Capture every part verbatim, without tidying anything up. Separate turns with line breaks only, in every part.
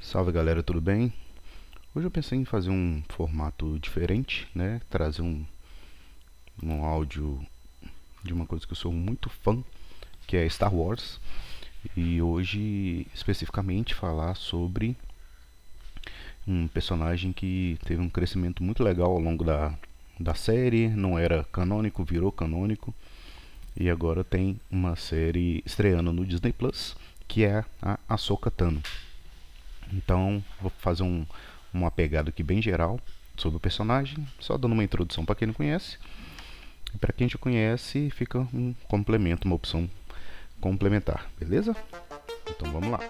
Salve galera, tudo bem? Hoje eu pensei em fazer um formato diferente, né? Trazer um, um áudio de uma coisa que eu sou muito fã, que é Star Wars. E hoje, especificamente, falar sobre um personagem que teve um crescimento muito legal ao longo da, da série. Não era canônico, virou canônico. E agora tem uma série estreando no Disney Plus, que é a Ahsoka Tano. Então, vou fazer um, uma pegada aqui bem geral sobre o personagem, só dando uma introdução para quem não conhece. E para quem já conhece, fica um complemento, uma opção complementar, beleza? Então vamos lá.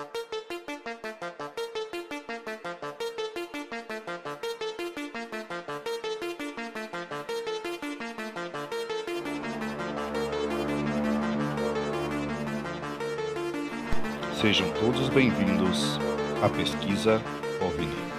Sejam todos bem-vindos à pesquisa OVNI.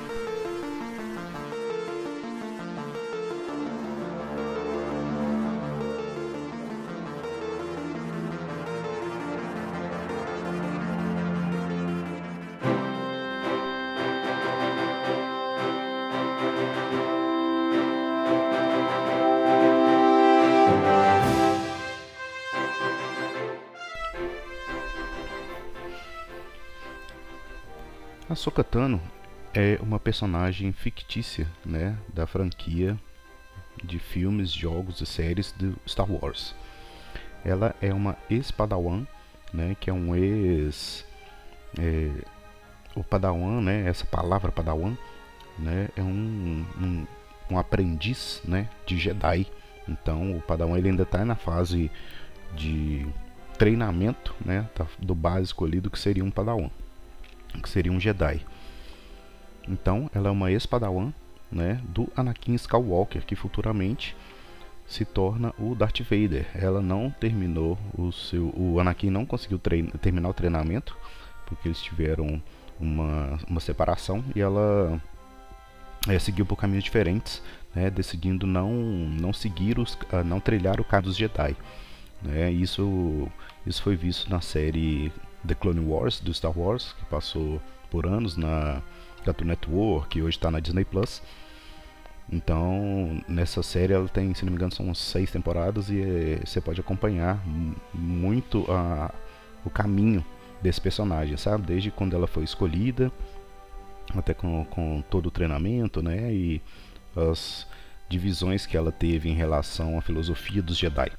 Ahsoka Tano é uma personagem fictícia, né, da franquia de filmes, jogos e séries do Star Wars. Ela é uma ex-Padawan, né, que é um ex... É, o Padawan, né, essa palavra Padawan, né, é um, um, um aprendiz, né, de Jedi. Então o Padawan ele ainda está na fase de treinamento, né, do básico ali do que seria um Padawan, que seria um Jedi. Então ela é uma ex-Padawan, né, do Anakin Skywalker, que futuramente se torna o Darth Vader. Ela não terminou o seu, o Anakin não conseguiu trein, terminar o treinamento, porque eles tiveram uma, uma separação e ela é, seguiu por caminhos diferentes, né, decidindo não não seguir os, uh, não trilhar o caminho dos Jedi. Né, isso isso foi visto na série The Clone Wars do Star Wars, que passou por anos na Cartoon Network, que hoje está na Disney Plus. Então, nessa série ela tem, se não me engano, são seis temporadas e é, você pode acompanhar muito a, o caminho desse personagem, sabe? Desde quando ela foi escolhida, até com, com todo o treinamento, né? E as divisões que ela teve em relação à filosofia dos Jedi.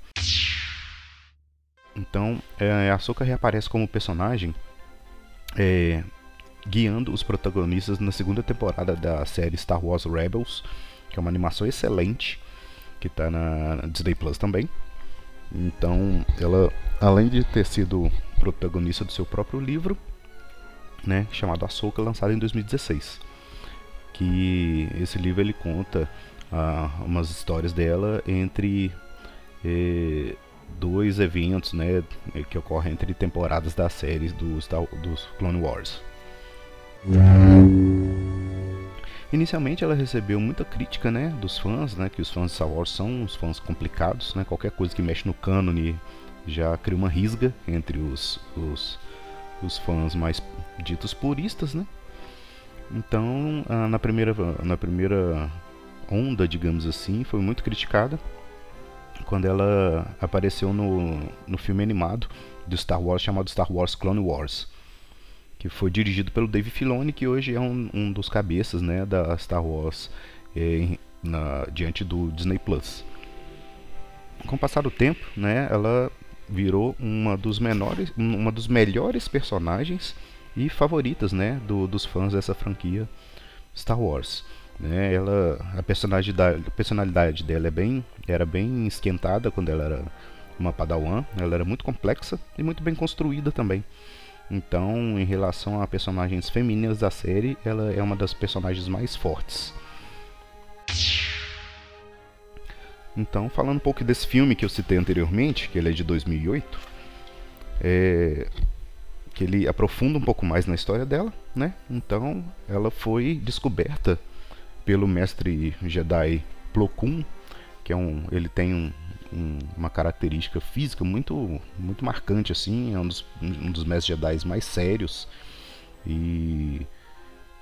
Então, é, a Ahsoka reaparece como personagem é, guiando os protagonistas na segunda temporada da série Star Wars Rebels, que é uma animação excelente, que está na Disney Plus também. Então, ela, além de ter sido protagonista do seu próprio livro, né, chamado Ahsoka, lançado em dois mil e dezesseis, que esse livro ele conta ah, umas histórias dela entre eh, dois eventos, né, que ocorrem entre temporadas das séries do Star, dos Clone Wars. Inicialmente ela recebeu muita crítica, né, dos fãs, né, que os fãs de Star Wars são uns fãs complicados, né, qualquer coisa que mexe no cânone já cria uma risga entre os, os, os fãs mais ditos puristas, né. Então, na primeira, na primeira onda, digamos assim, foi muito criticada quando ela apareceu no, no filme animado do Star Wars chamado Star Wars Clone Wars, que foi dirigido pelo Dave Filoni, que hoje é um, um dos cabeças, né, da Star Wars é, na, diante do Disney Plus. Com o passar do tempo, né, ela virou uma dos menores, uma dos melhores personagens e favoritas, né, do, dos fãs dessa franquia Star Wars. Né, ela, a personalidade, a personalidade dela é bem, era bem esquentada quando ela era uma Padawan. Ela era muito complexa e muito bem construída também. Então, em relação a personagens femininas da série, ela é uma das personagens mais fortes. Então, falando um pouco desse filme que eu citei anteriormente, que ele é de dois mil e oito, é, que ele aprofunda um pouco mais na história dela, né? Então, ela foi descoberta pelo mestre Jedi Plo Koon, que é um, ele tem um, um, uma característica física muito, muito marcante, assim, é um dos, um dos mestres Jedi mais sérios e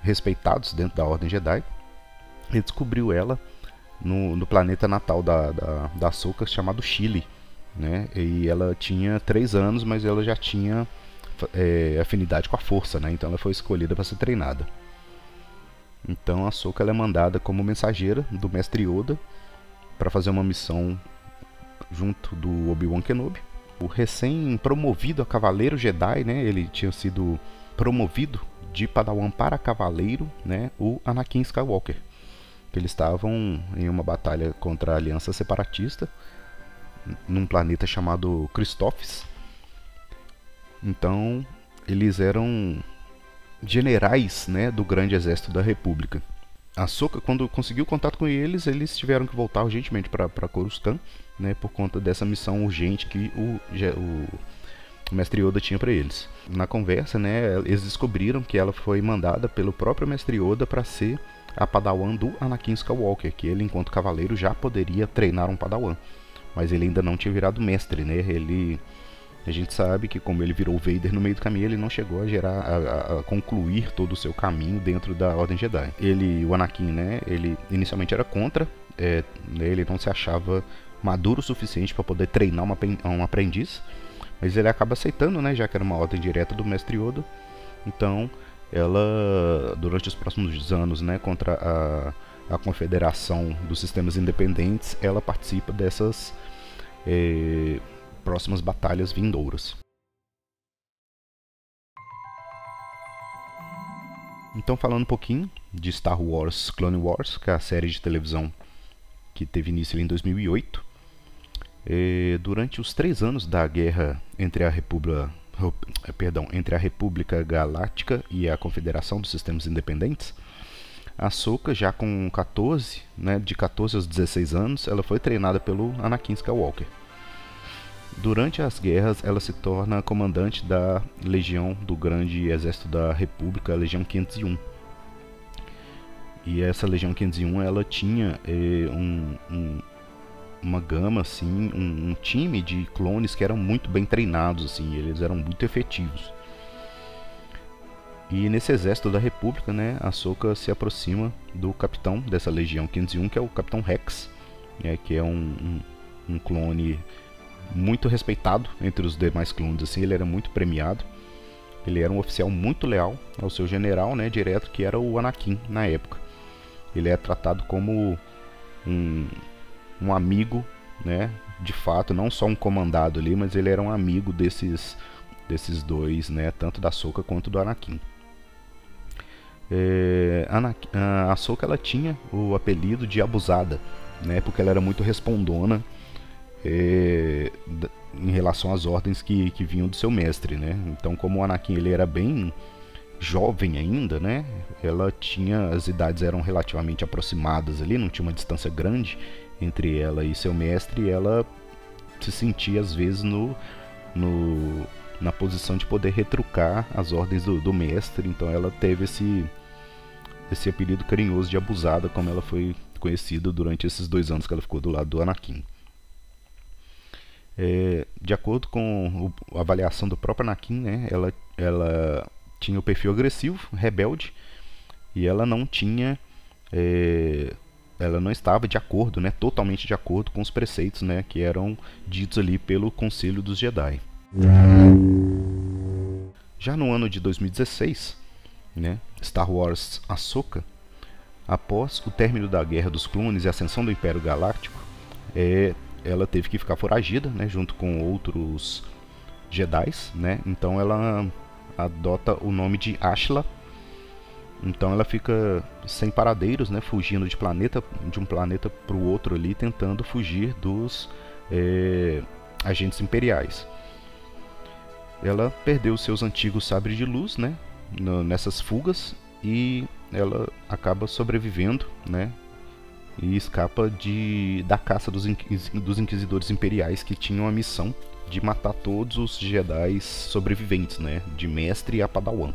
respeitados dentro da Ordem Jedi. Ele descobriu ela no, no planeta natal da, da, da Ahsoka, chamado Chile, né? E ela tinha três anos, mas ela já tinha é, afinidade com a força, né? Então ela foi escolhida para ser treinada. Então a Ahsoka ela é mandada como mensageira do Mestre Yoda para fazer uma missão junto do Obi-Wan Kenobi. O recém-promovido a Cavaleiro Jedi, né? Ele tinha sido promovido de Padawan para Cavaleiro, né? O Anakin Skywalker. Eles estavam em uma batalha contra a Aliança Separatista num planeta chamado Christophs. Então eles eram generais, né, do grande exército da República. A Ahsoka, quando conseguiu contato com eles, eles tiveram que voltar urgentemente para Coruscant, né, por conta dessa missão urgente que o, o, o Mestre Yoda tinha para eles. Na conversa, né, eles descobriram que ela foi mandada pelo próprio Mestre Yoda para ser a Padawan do Anakin Skywalker, que ele, enquanto cavaleiro, já poderia treinar um Padawan, mas ele ainda não tinha virado mestre, né? Ele, a gente sabe que como ele virou Vader no meio do caminho, ele não chegou a gerar, a, a concluir todo o seu caminho dentro da Ordem Jedi. Ele, o Anakin, né? Ele inicialmente era contra, é, ele não se achava maduro o suficiente para poder treinar uma, um aprendiz, mas ele acaba aceitando, né? Já que era uma ordem direta do Mestre Yoda. Então ela, durante os próximos anos, né, contra a, a Confederação dos Sistemas Independentes, ela participa dessas eh, próximas batalhas vindouras. Então, falando um pouquinho de Star Wars Clone Wars, que é a série de televisão que teve início em dois mil e oito, eh, durante os três anos da guerra entre a República Perdão, entre a República Galáctica e a Confederação dos Sistemas Independentes, a Ahsoka, já com quatorze, né, de quatorze aos dezesseis anos, ela foi treinada pelo Anakin Skywalker. Durante as guerras, ela se torna comandante da Legião do Grande Exército da República, a Legião quinhentos e um. E essa Legião quinhentos e um, ela tinha eh, um, um uma gama, assim, um, um time de clones que eram muito bem treinados, assim, eles eram muito efetivos. E nesse exército da República, né, a Ahsoka se aproxima do capitão dessa Legião quinhentos e um, que é o Capitão Rex, né, que é um, um, um clone muito respeitado entre os demais clones, assim, ele era muito premiado. Ele era um oficial muito leal ao seu general, né, direto, que era o Anakin na época. Ele é tratado como um um amigo, né, de fato, não só um comandado ali, mas ele era um amigo desses, desses dois, né, tanto da Ahsoka quanto do Anakin. É, a Ahsoka, ela tinha o apelido de Abusada, né, porque ela era muito respondona é, em relação às ordens que, que vinham do seu mestre, né. Então, como o Anakin ele era bem jovem ainda, né, ela tinha, as idades eram relativamente aproximadas ali, não tinha uma distância grande entre ela e seu mestre, e ela se sentia às vezes no, no, na posição de poder retrucar as ordens do, do mestre. Então ela teve esse, esse apelido carinhoso de Abusada, como ela foi conhecida durante esses dois anos que ela ficou do lado do Anakin. É, de acordo com o, a avaliação do próprio Anakin, né, ela, ela tinha o perfil agressivo, rebelde, e ela não tinha... É, ela não estava de acordo, né, totalmente de acordo com os preceitos, né, que eram ditos ali pelo Conselho dos Jedi. Já no ano de dois mil e dezesseis, né, Star Wars Ahsoka, após o término da Guerra dos Clones e a ascensão do Império Galáctico, é, ela teve que ficar foragida, né, junto com outros Jedis, né, então ela adota o nome de Ashla. Então ela fica sem paradeiros, né, fugindo de planeta, de um planeta para o outro ali, tentando fugir dos é, agentes imperiais. Ela perdeu seus antigos sabres de luz, né, no, nessas fugas, e ela acaba sobrevivendo, né, e escapa de, da caça dos, dos inquisidores imperiais, que tinham a missão de matar todos os Jedi sobreviventes, né, de mestre a Padawan.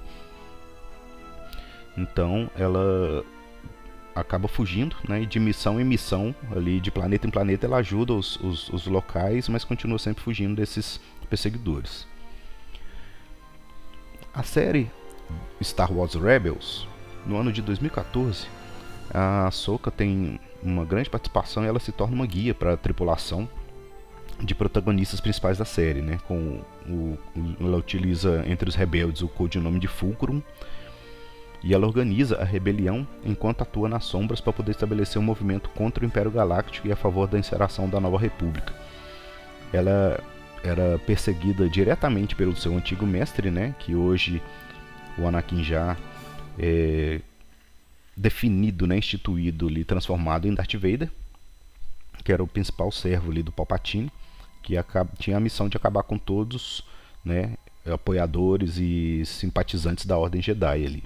Então ela acaba fugindo, né, e de missão em missão, ali de planeta em planeta, ela ajuda os, os, os locais, mas continua sempre fugindo desses perseguidores. A série Star Wars Rebels, no ano de dois mil e quatorze, a Ahsoka tem uma grande participação e ela se torna uma guia para a tripulação de protagonistas principais da série, né? Com o, o, ela utiliza entre os rebeldes o codinome de Fulcrum, e ela organiza a rebelião enquanto atua nas sombras para poder estabelecer um movimento contra o Império Galáctico e a favor da instauração da Nova República. Ela era perseguida diretamente pelo seu antigo mestre, né? Que hoje o Anakin já é definido, né? Instituído ali, transformado em Darth Vader, que era o principal servo ali do Palpatine, que tinha a missão de acabar com todos, né, apoiadores e simpatizantes da Ordem Jedi ali.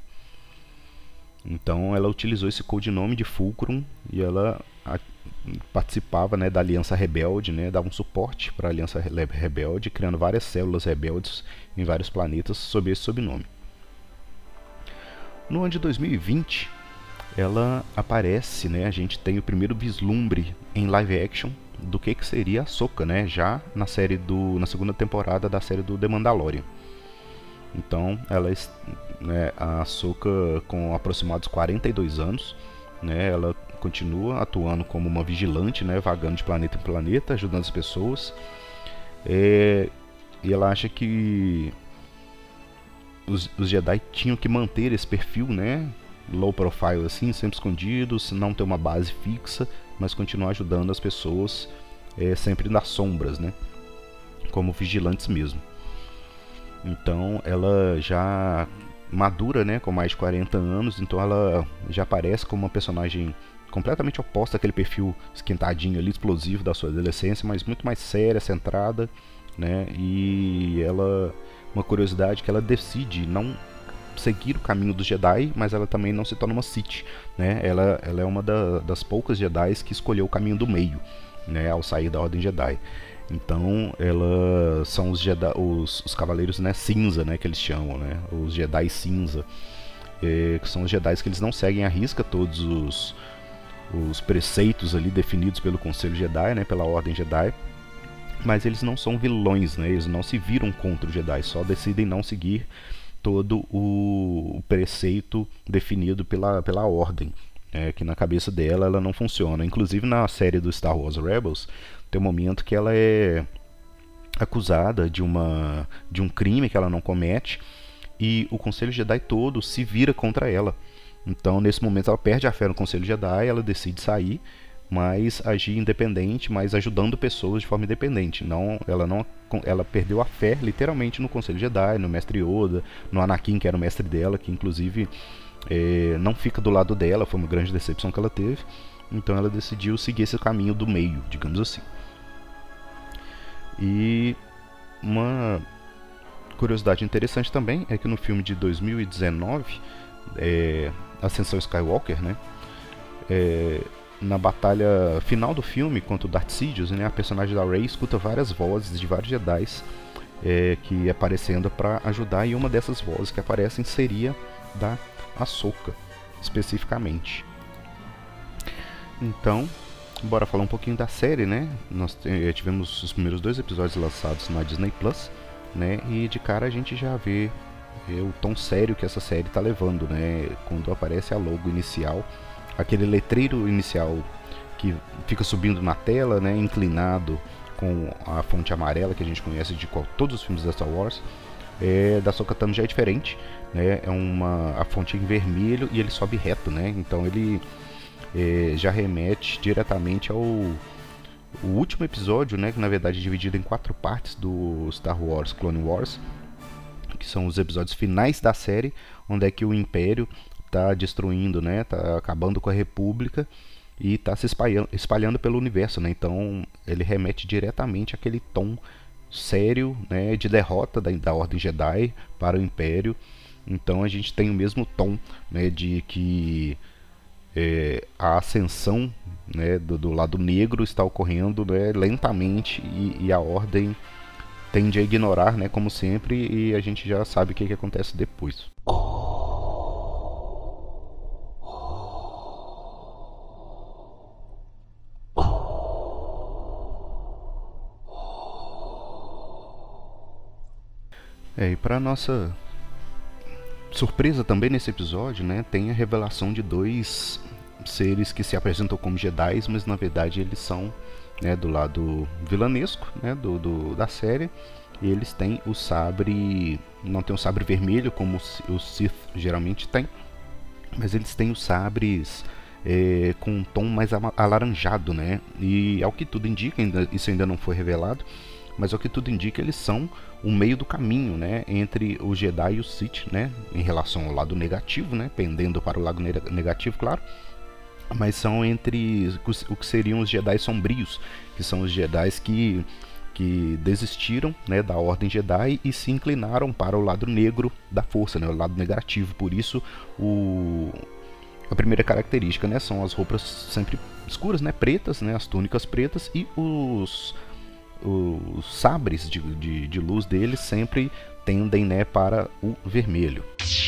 Então ela utilizou esse codinome de Fulcrum e ela a, participava, né, da Aliança Rebelde, né, dava um suporte para a Aliança Rebelde, criando várias células rebeldes em vários planetas sob esse sobrenome. No ano de dois mil e vinte, ela aparece, né, a gente tem o primeiro vislumbre em live action do que, que seria a Ahsoka, né, já na série do, na segunda temporada da série do The Mandalorian. Então, ela, né, a Ahsoka com aproximados quarenta e dois anos, né, ela continua atuando como uma vigilante, né, vagando de planeta em planeta, ajudando as pessoas. É, e ela acha que os, os Jedi tinham que manter esse perfil, né, low profile assim, sempre escondidos, não ter uma base fixa, mas continuar ajudando as pessoas, é, sempre nas sombras, né, como vigilantes mesmo. Então ela já madura, né, com mais de quarenta anos, então ela já aparece como uma personagem completamente oposta àquele perfil esquentadinho ali, explosivo da sua adolescência, mas muito mais séria, centrada, né, e ela, uma curiosidade, que ela decide não seguir o caminho dos Jedi, mas ela também não se torna uma Sith, né? Ela, ela é uma da, das poucas Jedi que escolheu o caminho do meio, né, ao sair da Ordem Jedi. Então, ela são os, Jedi, os, os Cavaleiros, né, cinza, né, que eles chamam, né? Os Jedi cinza, é, que são os Jedi que eles não seguem à risca todos os, os preceitos ali definidos pelo Conselho Jedi, né, pela Ordem Jedi, mas eles não são vilões, né? Eles não se viram contra os Jedi, só decidem não seguir todo o preceito definido pela, pela ordem, é, que na cabeça dela ela não funciona. Inclusive na série do Star Wars Rebels tem um momento que ela é acusada de, uma, de um crime que ela não comete e o Conselho Jedi todo se vira contra ela. Então nesse momento ela perde a fé no Conselho Jedi, ela decide sair, mas agir independente, mas ajudando pessoas de forma independente. Não, ela não, ela perdeu a fé literalmente no Conselho Jedi, no Mestre Yoda, no Anakin, que era o mestre dela, que inclusive é, não fica do lado dela, foi uma grande decepção que ela teve. Então ela decidiu seguir esse caminho do meio, digamos assim. E uma curiosidade interessante também é que no filme de dois mil e dezenove, é, Ascensão Skywalker, né, é, na batalha final do filme contra o Darth Sidious, né, a personagem da Rey escuta várias vozes de vários Jedi, é, que aparecendo para ajudar, e uma dessas vozes que aparecem seria da Ahsoka, especificamente. Então, bora falar um pouquinho da série, né? Nós tivemos os primeiros dois episódios lançados na Disney Plus, né? E de cara a gente já vê é, o tom sério que essa série está levando, né? Quando aparece a logo inicial, aquele letreiro inicial que fica subindo na tela, né, inclinado com a fonte amarela que a gente conhece de qual, todos os filmes da Star Wars, é, da Ahsoka Tano já é diferente, né, é uma, a fonte em vermelho e ele sobe reto, né, então ele é, já remete diretamente ao o último episódio, né, que na verdade é dividido em quatro partes do Star Wars Clone Wars, que são os episódios finais da série, onde é que o Império está destruindo, né, tá acabando com a República e está se espalhando, espalhando pelo universo, né? Então ele remete diretamente àquele tom sério, né, de derrota da, da Ordem Jedi para o Império. Então a gente tem o mesmo tom, né, de que é, a ascensão, né, do, do lado negro está ocorrendo, né, lentamente e, e a Ordem tende a ignorar, né, como sempre, e a gente já sabe o que, que acontece depois. É, e para nossa surpresa também nesse episódio, né, tem a revelação de dois seres que se apresentam como Jedi, mas na verdade eles são, né, do lado vilanesco, né, do, do, da série. E eles têm o sabre, não tem o sabre vermelho como os Sith geralmente têm, mas eles têm os sabres é, com um tom mais alaranjado, né? E ao que tudo indica, ainda, isso ainda não foi revelado, mas ao que tudo indica, eles são o meio do caminho, né, entre o Jedi e o Sith, né, em relação ao lado negativo, né, pendendo para o lado negativo, claro, mas são entre o que seriam os Jedi sombrios, que são os Jedi que, que desistiram, né, da Ordem Jedi e se inclinaram para o lado negro da força, né, o lado negativo. Por isso, o... a primeira característica, né, são as roupas sempre escuras, né, pretas, né, as túnicas pretas, e os os sabres de, de, de luz deles sempre tendem, né, para o vermelho.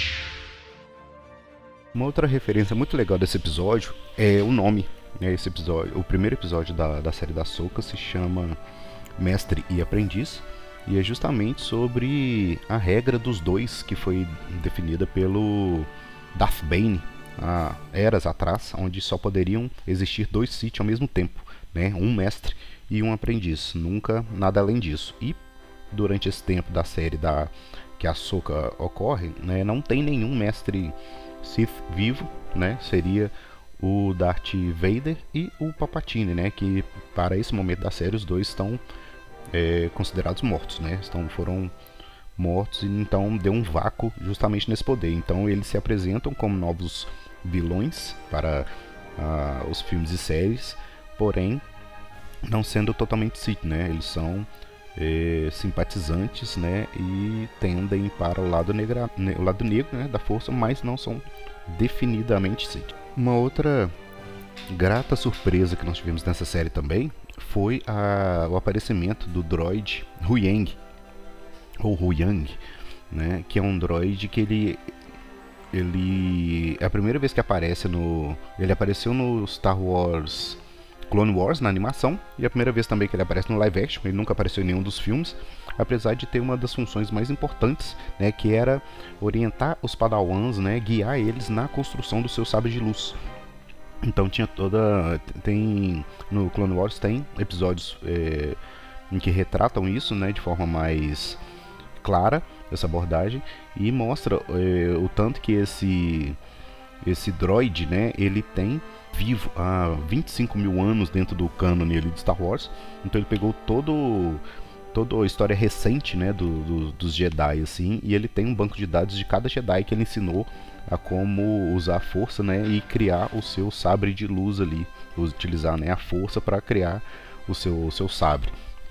Uma outra referência muito legal desse episódio é o nome, né, esse episódio, o primeiro episódio da, da série da Ahsoka se chama Mestre e Aprendiz, e é justamente sobre a regra dos dois que foi definida pelo Darth Bane há eras atrás, onde só poderiam existir dois Sith ao mesmo tempo, né, um mestre e um aprendiz, nunca nada além disso. E durante esse tempo da série da que a Ahsoka ocorre, né, não tem nenhum mestre Sith vivo, né, seria o Darth Vader e o Palpatine, né, que para esse momento da série os dois estão é, considerados mortos, né, estão, foram mortos, e então deu um vácuo justamente nesse poder. Então eles se apresentam como novos vilões para uh, os filmes e séries, porém não sendo totalmente Sith, né? Eles são é, simpatizantes, né? E tendem para o lado, negra, ne, o lado negro, né, da força, mas não são definidamente Sith. Uma outra grata surpresa que nós tivemos nessa série também foi a, o aparecimento do droid Huyang, ou Huyang, né? Que é um droid que ele ele é a primeira vez que aparece no, ele apareceu no Star Wars Clone Wars, na animação, e a primeira vez também que ele aparece no live action. Ele nunca apareceu em nenhum dos filmes, apesar de ter uma das funções mais importantes, né, que era orientar os padawans, né, guiar eles na construção do seu sabre de luz. Então tinha toda, tem no Clone Wars tem episódios é, em que retratam isso, né, de forma mais clara, essa abordagem, e mostra é, o tanto que esse esse droid, né, ele tem vivo há vinte e cinco mil anos dentro do cânone de Star Wars. Então ele pegou todo toda a história recente, né, do, do, dos Jedi, assim, e ele tem um banco de dados de cada Jedi que ele ensinou a como usar a força, né, e criar o seu sabre de luz ali, utilizar, né, a força para criar o seu, o seu sabre.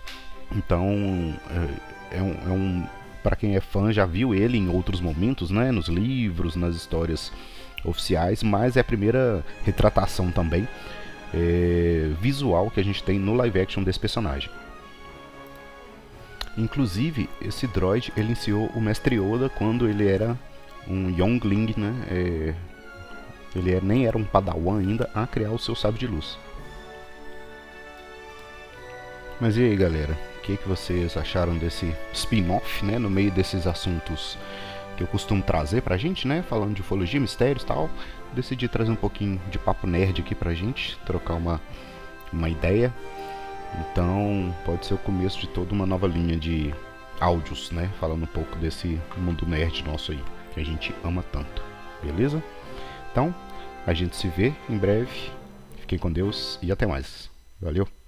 Então é, é um, é um para quem é fã já viu ele em outros momentos, né, nos livros, nas histórias oficiais, mas é a primeira retratação também é, visual que a gente tem no live action desse personagem. Inclusive, esse droid ele iniciou o Mestre Yoda quando ele era um Youngling, né? É, ele é, nem era um Padawan ainda a criar o seu sabre de luz. Mas e aí, galera? O que, que vocês acharam desse spin-off, né? No meio desses assuntos que eu costumo trazer pra gente, né? Falando de ufologia, mistérios e tal. Decidi trazer um pouquinho de papo nerd aqui pra gente, trocar uma, uma ideia. Então, pode ser o começo de toda uma nova linha de áudios, né? Falando um pouco desse mundo nerd nosso aí, que a gente ama tanto. Beleza? Então, a gente se vê em breve. Fiquem com Deus e até mais. Valeu!